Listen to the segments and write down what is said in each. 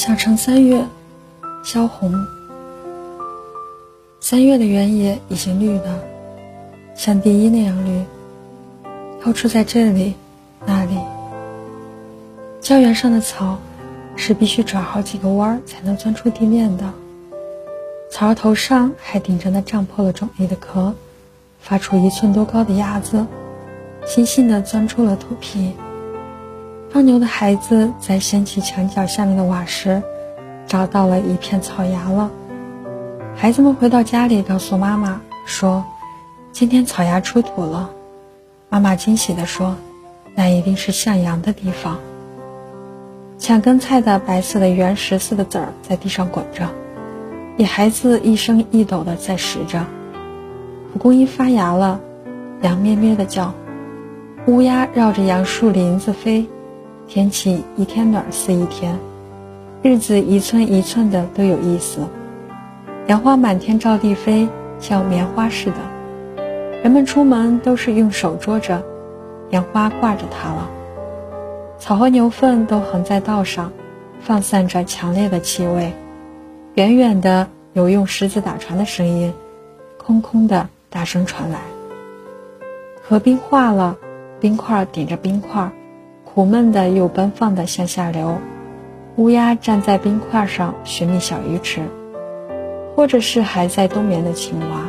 小城3月，萧红。3月的原野已经绿了，像第一那样绿，透出在这里那里。校园上的草是必须转好几个弯才能钻出地面的，草儿头上还顶着那胀破了种粒的壳，发出1寸多高的芽子，细细地钻出了土皮。放牛的孩子在掀起墙角下面的瓦石，找到了一片草芽了。孩子们回到家里告诉妈妈说，今天草芽出土了。妈妈惊喜地说，那一定是向阳的地方。抢根菜的白色的圆石似的籽儿在地上滚着，野孩子一声一抖地在拾着。蒲公英发芽了，羊咩咩地叫，乌鸦绕着杨树林子飞，天气一天暖似一天，日子1寸1寸的都有意思。杨花满天照地飞，像棉花似的。人们出门都是用手捉着，杨花挂着它了。草和牛粪都横在道上，放散着强烈的气味。远远的有用石子打船的声音，空空的大声传来。河冰化了，冰块顶着冰块，苦闷的又奔放的向下流。乌鸦站在冰块上寻觅小鱼吃，或者是还在冬眠的青蛙。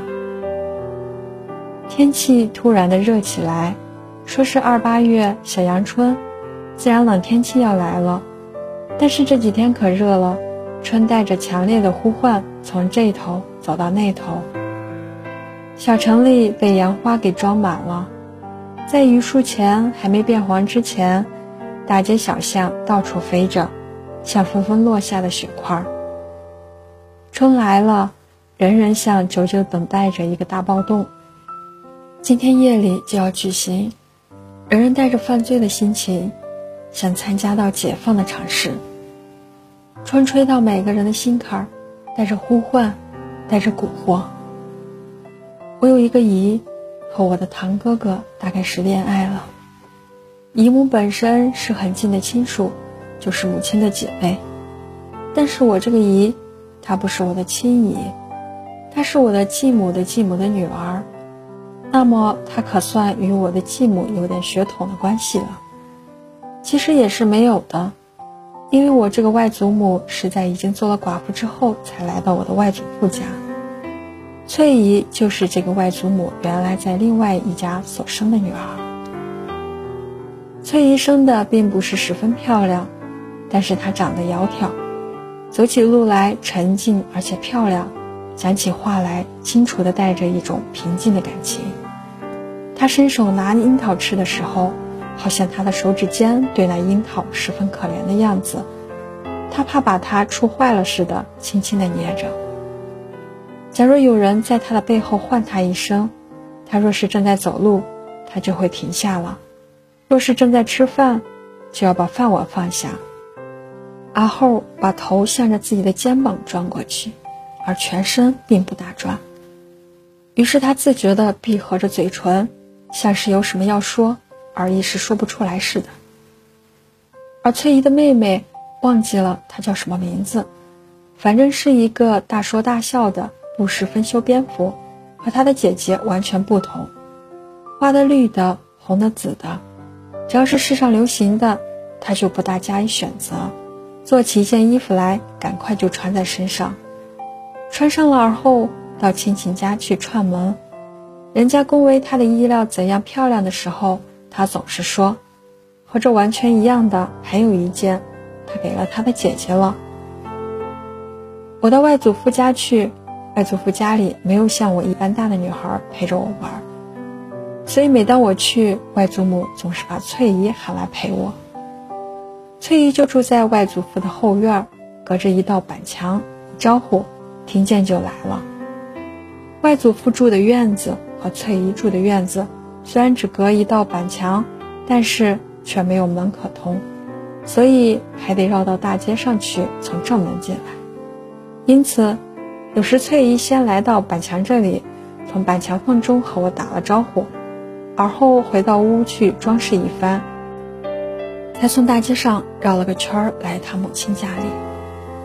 天气突然的热起来，说是28月小阳春，自然冷天气要来了。但是这几天可热了，春带着强烈的呼唤从这头走到那头。小城里被杨花给装满了，在榆树前还没变黄之前，大街小巷到处飞着，像纷纷落下的雪块。春来了，人人像久久等待着一个大暴动，今天夜里就要举行。人人带着犯罪的心情，想参加到解放的尝试。春吹到每个人的心坎儿，带着呼唤，带着蛊惑。我有一个姨，和我的堂哥哥大概是恋爱了。姨母本身是很近的亲属，就是母亲的姐妹。但是我这个姨，她不是我的亲姨，她是我的继母的继母的女儿。那么她可算与我的继母有点血统的关系了。其实也是没有的，因为我这个外祖母是在已经做了寡妇之后才来到我的外祖父家。翠姨就是这个外祖母原来在另外一家所生的女儿。翠姨生的并不是十分漂亮，但是她长得窈窕，走起路来沉静而且漂亮，讲起话来清楚地带着一种平静的感情。她伸手拿樱桃吃的时候，好像她的手指尖对那樱桃十分可怜的样子，她怕把它触坏了似的，轻轻地捏着。假若有人在她的背后唤她一声，她若是正在走路，她就会停下了；若是正在吃饭，就要把饭碗放下，而后把头向着自己的肩膀转过去，而全身并不打转。于是她自觉地闭合着嘴唇，像是有什么要说，而一时说不出来似的。而翠姨的妹妹忘记了她叫什么名字，反正是一个大说大笑的，不十分修边幅，和她的姐姐完全不同。花的绿的，红的紫的，只要是世上流行的，她就不大加以选择，做起一件衣服来，赶快就穿在身上。穿上了而后到亲戚家去串门，人家恭维她的衣料怎样漂亮的时候，她总是说，和这完全一样的还有一件，她给了她的姐姐了。我到外祖父家去，外祖父家里没有像我一般大的女孩陪着我玩，所以每当我去，外祖母总是把翠姨喊来陪我。翠姨就住在外祖父的后院，隔着一道板墙，一招呼听见就来了。外祖父住的院子和翠姨住的院子虽然只隔一道板墙，但是却没有门可通，所以还得绕到大街上去，从正门进来。因此有时翠姨先来到板墙这里，从板墙缝中和我打了招呼，而后回到屋去装饰一番，才从大街上绕了个圈来她母亲家里。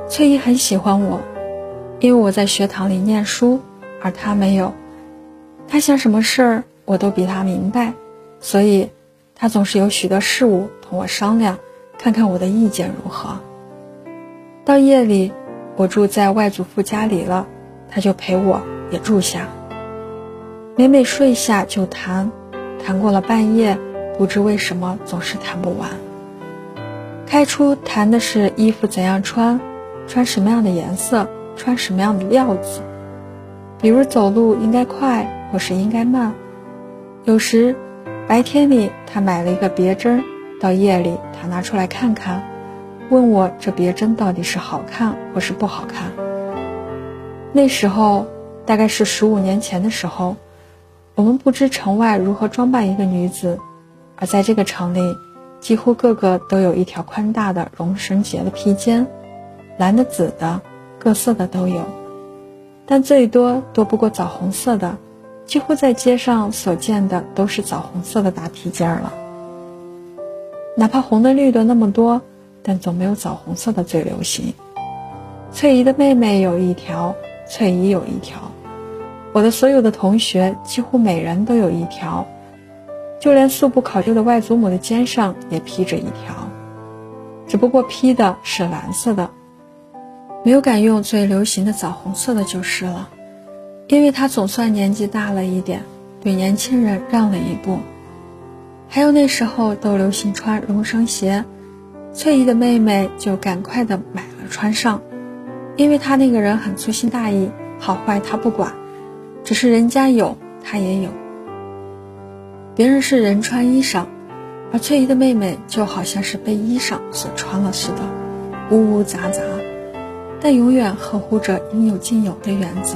翠姨很喜欢我，因为我在学堂里念书，而她没有。她想什么事儿我都比她明白，所以她总是有许多事物同我商量，看看我的意见如何。到夜里，我住在外祖父家里了，她就陪我也住下。每每睡下就谈过了半夜，不知为什么总是谈不完。开初谈的是衣服怎样穿什么样的颜色，穿什么样的料子，比如走路应该快或是应该慢。有时白天里他买了一个别针，到夜里他拿出来看看，问我这别针到底是好看或是不好看。那时候大概是15年前的时候，我们不知城外如何装扮一个女子，而在这个城里几乎个个都有一条宽大的绒绳结的披肩，蓝的紫的各色的都有，但最多不过枣红色的，几乎在街上所见的都是枣红色的大披肩了。哪怕红的绿的那么多，但总没有枣红色的最流行。翠姨的妹妹有一条，翠姨有一条，我的所有的同学几乎每人都有一条，就连素不考究的外祖母的肩上也披着一条，只不过披的是蓝色的，没有敢用最流行的枣红色的就是了，因为她总算年纪大了一点，对年轻人让了一步。还有那时候都流行穿绒绳鞋，翠姨的妹妹就赶快的买了穿上，因为她那个人很粗心大意，好坏她不管，只是人家有她也有。别人是人穿衣裳，而翠姨的妹妹就好像是被衣裳所穿了似的，呜呜杂杂，但永远合乎着应有尽有的原则。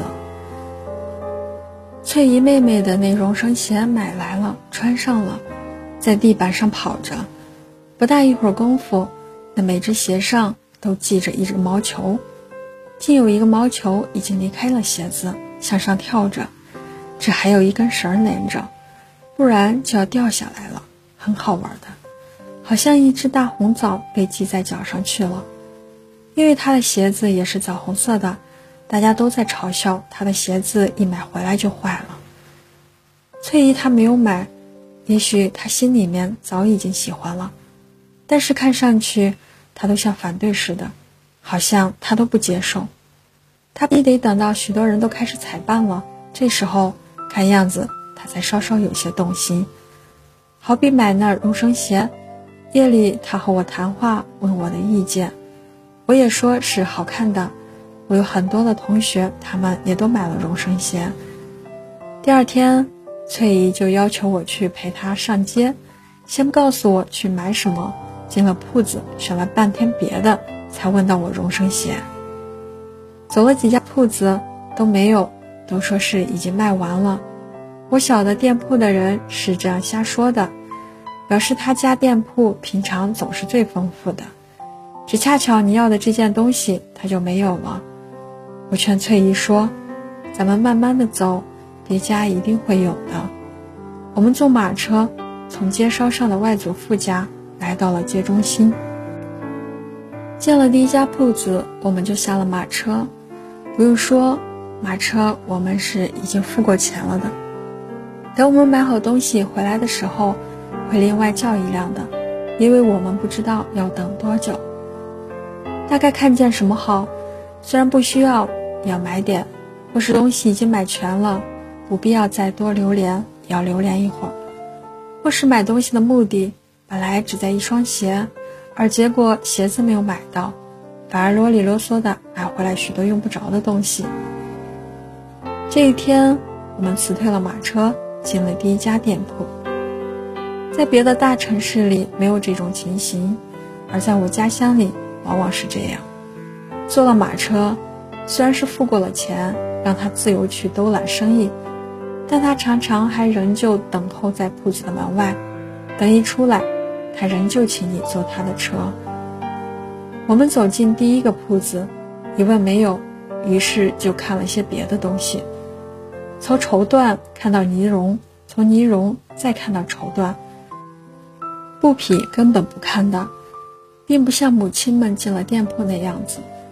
翠姨妹妹的那绒绳鞋买来了，穿上了，在地板上跑着，不大一会儿功夫，那每只鞋上都系着一只毛球，竟有一个毛球已经离开了鞋子，向上跳着，这还有一根绳连着，不然就要掉下来了，很好玩的，好像一只大红枣被系在脚上去了。因为她的鞋子也是枣红色的，大家都在嘲笑她的鞋子一买回来就坏了。翠姨她没有买，也许她心里面早已经喜欢了，但是看上去她都像反对似的，好像她都不接受。她必得等到许多人都开始采办了，这时候看样子她才稍稍有些动心。好比买那绒绳鞋，夜里她和我谈话，问我的意见，我也说是好看的。我有很多的同学，他们也都买了绒绳鞋。第二天，翠姨就要求我去陪她上街，先不告诉我去买什么，进了铺子选了半天别的，才问到我绒绳鞋。走了几家铺子都没有，都说是已经卖完了。我晓得店铺的人是这样瞎说的，表示他家店铺平常总是最丰富的，只恰巧你要的这件东西他就没有了。我劝翠姨说，咱们慢慢的走，别家一定会有的。我们坐马车从街梢上的外祖父家来到了街中心，见了第一家铺子，我们就下了马车。不用说，马车我们是已经付过钱了的，等我们买好东西回来的时候会另外叫一辆的，因为我们不知道要等多久。大概看见什么好，虽然不需要也要买点，或是东西已经买全了，不必要再多留连，也要留连一会儿。或是买东西的目的本来只在一双鞋，而结果鞋子没有买到，反而啰里啰嗦的买回来许多用不着的东西。这一天我们辞退了马车，进了第一家店铺。在别的大城市里没有这种情形，而在我家乡里往往是这样。坐了马车，虽然是付过了钱，让他自由去兜揽生意，但他常常还仍旧等候在铺子的门外，等一出来，他仍旧请你坐他的车。我们走进第一个铺子，一问没有，于是就看了些别的东西，从绸缎看到呢绒，从呢绒再看到绸缎，布匹根本不看的，并不像母亲们进了店铺那样子，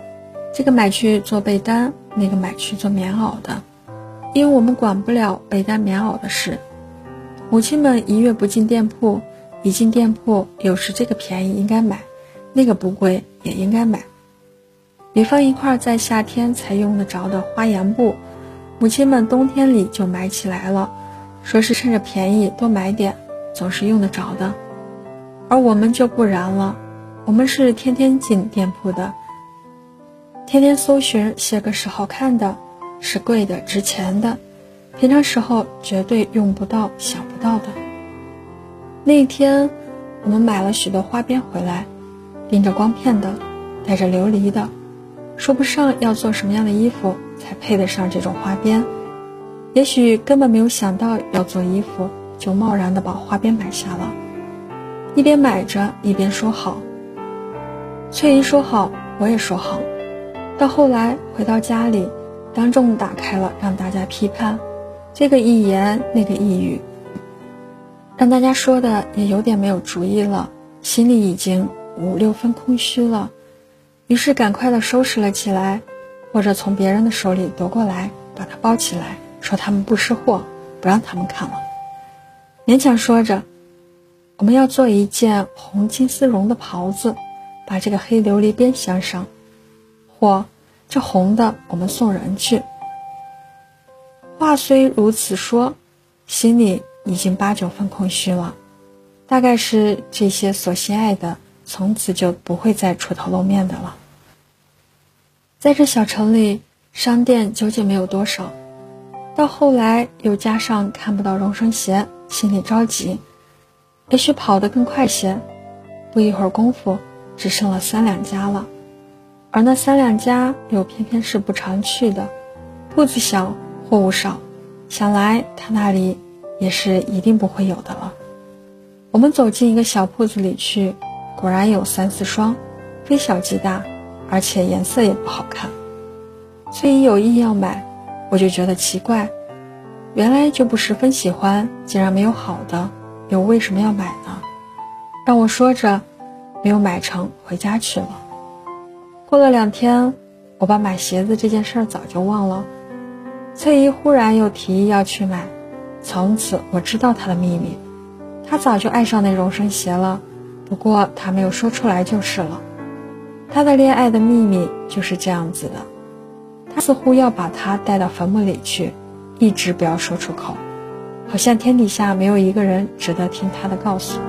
这个买去做被单，那个买去做棉袄的，因为我们管不了被单棉袄的事。母亲们一月不进店铺，一进店铺有时这个便宜应该买，那个不贵也应该买。比方一块在夏天才用得着的花洋布，母亲们冬天里就买起来了，说是趁着便宜多买点，总是用得着的。而我们就不然了，我们是天天进店铺的，天天搜寻些个是好看的，是贵的值钱的，平常时候绝对用不到想不到的。那一天我们买了许多花边回来，钉着光片的，带着琉璃的，说不上要做什么样的衣服才配得上这种花边，也许根本没有想到要做衣服，就贸然地把花边买下了，一边买着一边说好。翠姨说好，我也说好，到后来回到家里，当众打开了让大家批判，这个一言那个一语，让大家说的也有点没有主意了，心里已经5、6分空虚了，于是赶快的收拾了起来，或者从别人的手里夺过来，把它包起来，说他们不识货，不让他们看了。勉强说着，我们要做一件红金丝绒的袍子，把这个黑琉璃边镶上，或这红的我们送人去。话虽如此说，心里已经8、9分空虚了，大概是这些所心爱的从此就不会再出头露面的了。在这小城里，商店究竟没有多少，到后来又加上看不到绒绳鞋，心里着急，也许跑得更快些，不一会儿功夫只剩了3、2家了，而那3、2家又偏偏是不常去的，铺子小，货物少，想来他那里也是一定不会有的了。我们走进一个小铺子里去，果然有3、4双，非小即大，而且颜色也不好看。翠姨有意要买，我就觉得奇怪，原来就不十分喜欢，竟然没有好的，又为什么要买呢？让我说着没有买成，回家去了。过了2天，我把买鞋子这件事早就忘了，翠姨忽然又提议要去买，从此我知道她的秘密，她早就爱上那绒绳鞋了，不过她没有说出来就是了。她的恋爱的秘密就是这样子的，她似乎要把它带到坟墓里去，一直不要说出口，好像天底下没有一个人值得听她的告诉。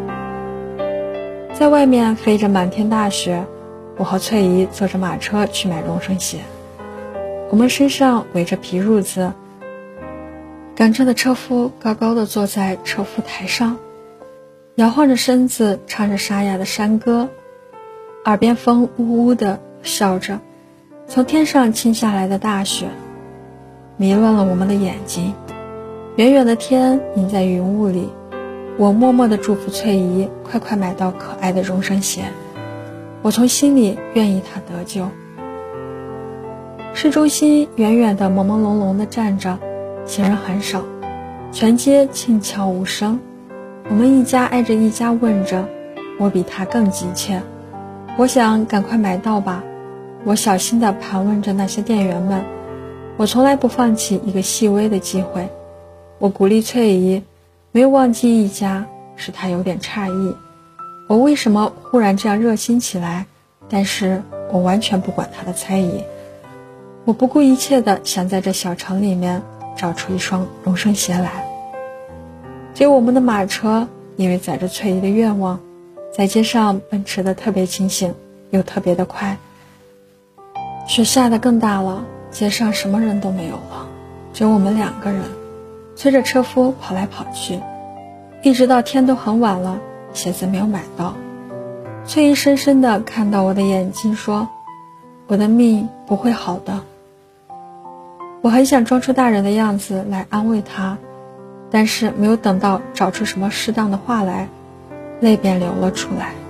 在外面飞着满天大雪，我和翠姨坐着马车去买绒绳鞋，我们身上围着皮褥子，赶车的车夫高高地坐在车夫台上，摇晃着身子，唱着沙哑的山歌，耳边风呜呜地笑着，从天上倾下来的大雪迷乱了我们的眼睛，远远的天隐在云雾里。我默默地祝福翠姨快快买到可爱的绒绳鞋，我从心里愿意她得救。市中心远远的朦朦胧胧地站着，行人很少，全街静悄无声。我们一家挨着一家问着，我比他更急切，我想赶快买到吧。我小心地盘问着那些店员们，我从来不放弃一个细微的机会。我鼓励翠姨没有忘记一家，使她有点诧异，我为什么忽然这样热心起来，但是我完全不管她的猜疑。我不顾一切地想在这小城里面找出一双绒绳鞋来。只有我们的马车因为载着翠姨的愿望，在街上奔驰得特别清醒，又特别的快。雪下得更大了，街上什么人都没有了，只有我们2个人，催着车夫跑来跑去，一直到天都很晚了，鞋子没有买到。翠姨深深地看到我的眼睛，说：“我的命不会好的。”我很想装出大人的样子来安慰她，但是没有等到找出什么适当的话来，泪便流了出来。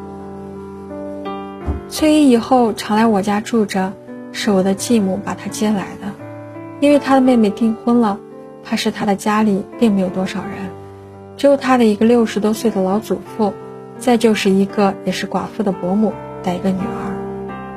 翠姨以后常来我家住着，是我的继母把她接来的，因为她的妹妹订婚了，怕是她的家里并没有多少人，只有她的一个60多岁的老祖父，再就是一个也是寡妇的伯母带一个女儿。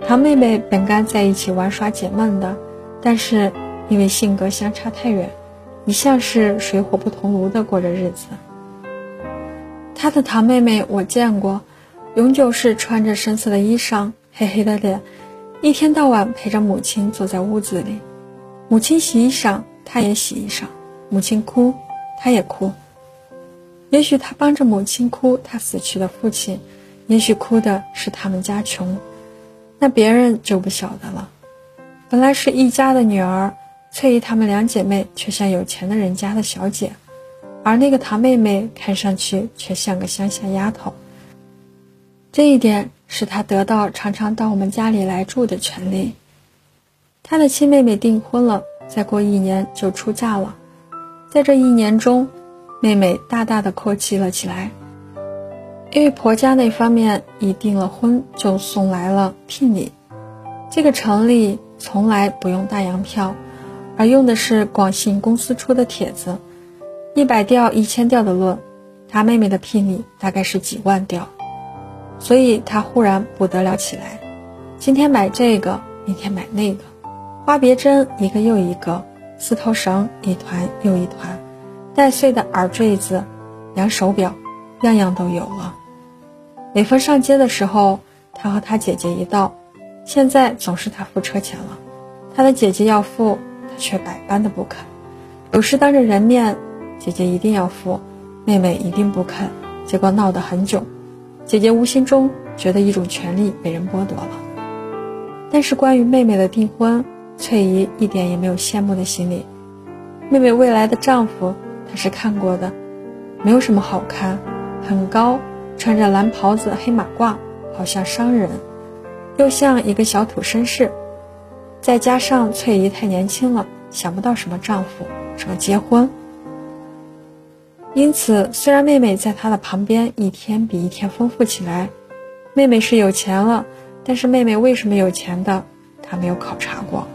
堂妹妹本该在一起玩耍解闷的，但是因为性格相差太远，一向是水火不同炉的过着日子。她的堂妹妹我见过，永久是穿着深色的衣裳，黑黑的脸，一天到晚陪着母亲坐在屋子里。母亲洗衣裳，她也洗衣裳；母亲哭，她也哭。也许她帮着母亲哭她死去的父亲，也许哭的是他们家穷，那别人就不晓得了。本来是一家的女儿，翠姨她们两姐妹却像有钱的人家的小姐，而那个堂妹妹看上去却像个乡下丫头。这一点使她得到常常到我们家里来住的权利。她的亲妹妹订婚了，再过1年就出嫁了。在这1年中，妹妹大大的阔气了起来，因为婆家那方面一订了婚就送来了聘礼。这个城里从来不用大洋票，而用的是广信公司出的帖子，100吊1000吊的论，她妹妹的聘礼大概是几万吊。所以她忽然不得了起来，今天买这个，明天买那个，花别针一个又一个，丝头绳一团又一团，带穗的耳坠子，洋手表，样样都有了。每逢上街的时候，她和她姐姐一道，现在总是她付车钱了，她的姐姐要付，她却百般的不肯。有时当着人面，姐姐一定要付，妹妹一定不肯，结果闹得很久。姐姐无形中觉得一种权利被人剥夺了。但是关于妹妹的订婚，翠姨一点也没有羡慕的心理。妹妹未来的丈夫她是看过的，没有什么好看，很高，穿着蓝袍子黑马褂，好像商人，又像一个小土绅士。再加上翠姨太年轻了，想不到什么丈夫，什么结婚。因此虽然妹妹在她的旁边一天比一天丰富起来，妹妹是有钱了，但是妹妹为什么有钱的，她没有考察过。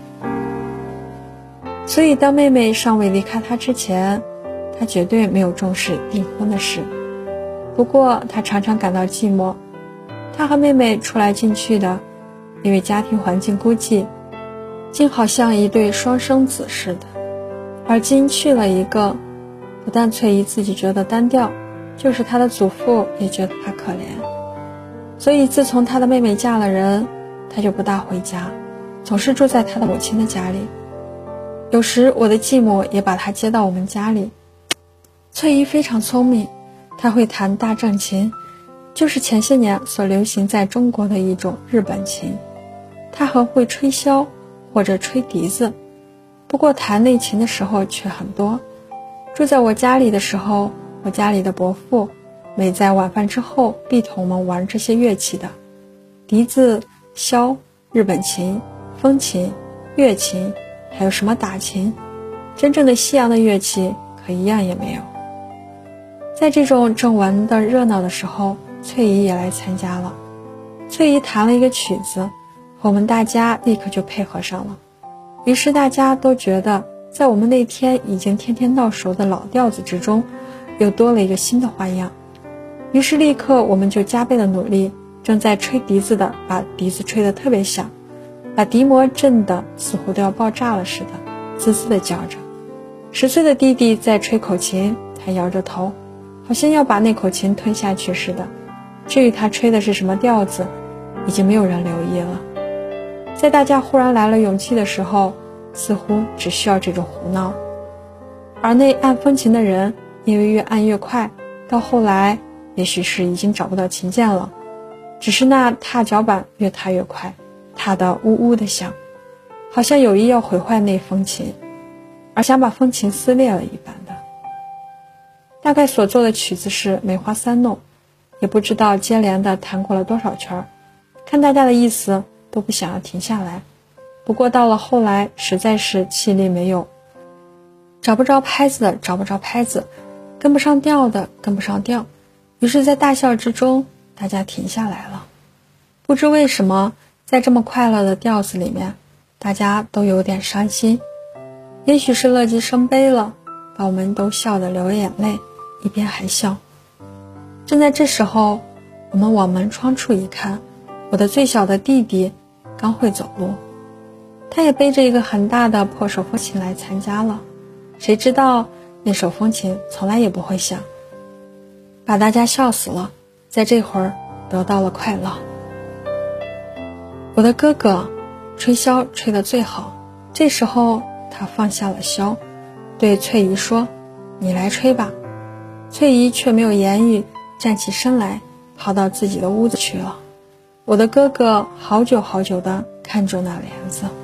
所以当妹妹尚未离开她之前，她绝对没有重视订婚的事。不过她常常感到寂寞，她和妹妹出来进去的，因为家庭环境孤寂，竟好像一对双生子似的。而今去了一个，不但翠姨自己觉得单调，就是她的祖父也觉得她可怜。所以自从她的妹妹嫁了人，她就不大回家，总是住在她的母亲的家里。有时我的继母也把她接到我们家里。翠姨非常聪明，她会弹大正琴，就是前些年所流行在中国的一种日本琴。她还会吹箫或者吹笛子，不过弹内琴的时候却很多。住在我家里的时候，我家里的伯父每在晚饭之后必同我们玩这些乐器的，笛子、箫、日本琴、风琴、乐琴，还有什么打琴，真正的西洋的乐器可一样也没有。在这种正玩的热闹的时候，翠姨也来参加了。翠姨弹了一个曲子，我们大家立刻就配合上了。于是大家都觉得在我们那天已经天天闹熟的老调子之中，又多了一个新的花样。于是立刻我们就加倍的努力，正在吹笛子的把笛子吹得特别响，把笛膜震得似乎都要爆炸了似的，滋滋地叫着。10岁的弟弟在吹口琴，他摇着头，好像要把那口琴吞下去似的。至于他吹的是什么调子，已经没有人留意了。在大家忽然来了勇气的时候，似乎只需要这种胡闹。而那按风琴的人，因为越按越快，到后来也许是已经找不到琴键了，只是那踏脚板越踏越快，踏得呜呜的响，好像有意要毁坏那风琴，而想把风琴撕裂了一般的。大概所做的曲子是梅花三弄，也不知道接连的弹过了多少圈，看大家的意思都不想要停下来。不过到了后来实在是气力没有，找不着拍子的找不着拍子，跟不上调的跟不上调，于是在大笑之中大家停下来了。不知为什么在这么快乐的调子里面，大家都有点伤心，也许是乐极生悲了，把我们都笑得流眼泪，一边还笑。正在这时候，我们往门窗处一看，我的最小的弟弟刚会走路。他也背着一个很大的破手风琴来参加了，谁知道那手风琴从来也不会响，把大家笑死了，在这会儿得到了快乐。我的哥哥吹箫吹得最好，这时候他放下了箫，对翠姨说：“你来吹吧。”翠姨却没有言语，站起身来，跑到自己的屋子去了。我的哥哥好久好久地看着那帘子。